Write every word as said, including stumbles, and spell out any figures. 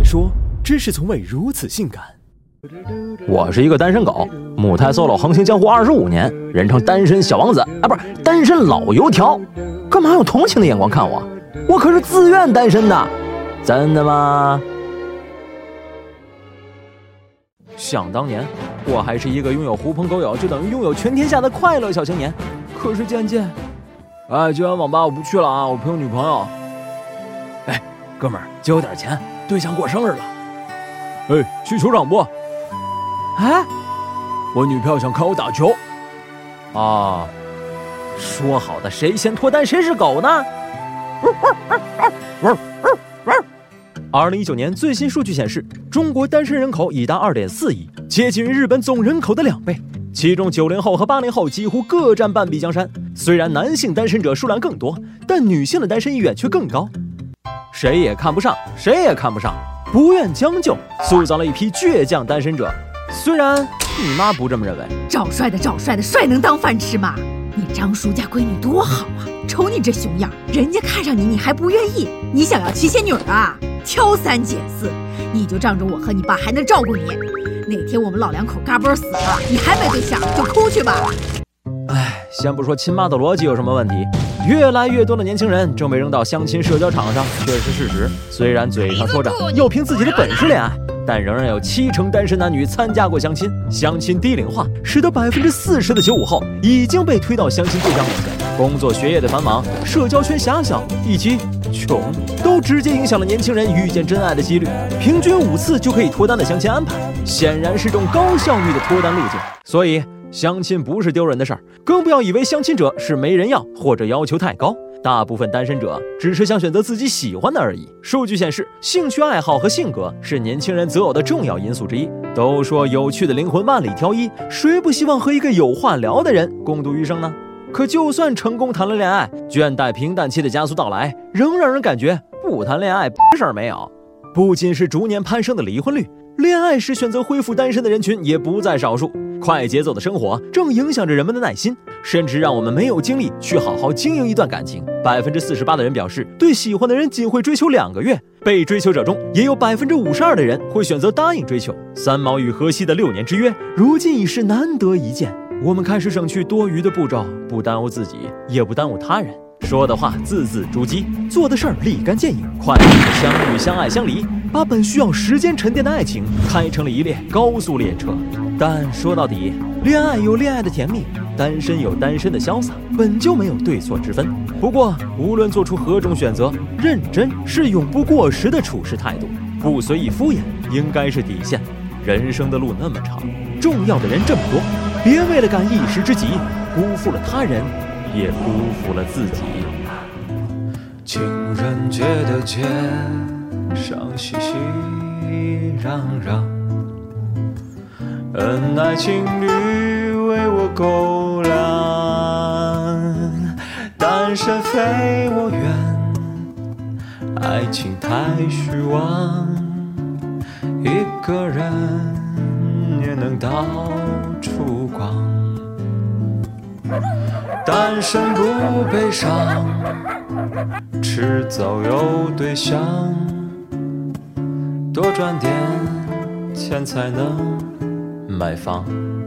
说，知识从未如此性感。 我是一个单身狗，母胎 solo 横行江湖二十五年，人称单身小王子啊，不是单身老油条。干嘛用同情的眼光看我？我可是自愿单身的。真的吗？想当年，我还是一个拥有狐朋狗友就等于拥有全天下的快乐小青年。可是渐渐，哎，今晚网吧我不去了啊，我陪我女朋友。哎，哥们儿，借我点钱，对象过生日了。哎，去球场不？哎，我女票想看我打球。哦，说好的谁先脱单谁是狗呢？二零一九年最新数据显示，中国单身人口已达 二点四亿，接近于日本总人口的两倍。其中九零后和八零后几乎各占半壁江山。虽然男性单身者数量更多，但女性的单身意愿却更高。谁也看不上，谁也看不上，不愿将就，塑造了一批倔强单身者。虽然你妈不这么认为。 找帅的找帅的，帅能当饭吃吗？你张叔家闺女多好啊，瞅你这熊样，人家看上你你还不愿意，你想要七仙女啊？挑三拣四，你就仗着我和你爸还能照顾你，哪天我们老两口嘎嘣死了，你还没对象就哭去吧。 唉，先不说亲妈的逻辑有什么问题，越来越多的年轻人正被扔到相亲社交场上，确实事实。虽然嘴上说着要凭自己的本事恋爱，但仍然有七成单身男女参加过相亲。相亲低龄化使得百分之四十的九五后已经被推到相亲对象面前。工作学业的繁忙，社交圈狭小以及穷，都直接影响了年轻人遇见真爱的几率。平均五次就可以脱单的相亲安排，显然是种高效率的脱单路径。所以相亲不是丢人的事儿，更不要以为相亲者是没人要或者要求太高。大部分单身者只是想选择自己喜欢的而已。数据显示，兴趣爱好和性格是年轻人择偶的重要因素之一。都说有趣的灵魂万里挑一，谁不希望和一个有话聊的人共度余生呢？可就算成功谈了恋爱，倦怠平淡期的加速到来，仍让人感觉不谈恋爱事儿没有。不仅是逐年攀升的离婚率，恋爱时选择恢复单身的人群也不在少数。快节奏的生活正影响着人们的耐心，甚至让我们没有精力去好好经营一段感情。百分之四十八的人表示，对喜欢的人仅会追求两个月。被追求者中，也有百分之五十二的人会选择答应追求。三毛与荷西的六年之约，如今已是难得一见。我们开始省去多余的步骤，不耽误自己，也不耽误他人。说的话字字珠玑，做的事儿立竿见影，快速的相遇、相爱、相离，把本需要时间沉淀的爱情开成了一列高速列车。但说到底，恋爱有恋爱的甜蜜，单身有单身的潇洒，本就没有对错之分。不过，无论做出何种选择，认真是永不过时的处事态度，不随意敷衍应该是底线。人生的路那么长，重要的人这么多，别为了赶一时之急，辜负了他人，也辜负了自己。 情人节的街上熙熙攘攘，恩爱情侣为我勾两，单身非我愿，爱情太虚妄，一个人也能到处逛。单身不悲伤，迟早有对象，多赚点钱才能买房。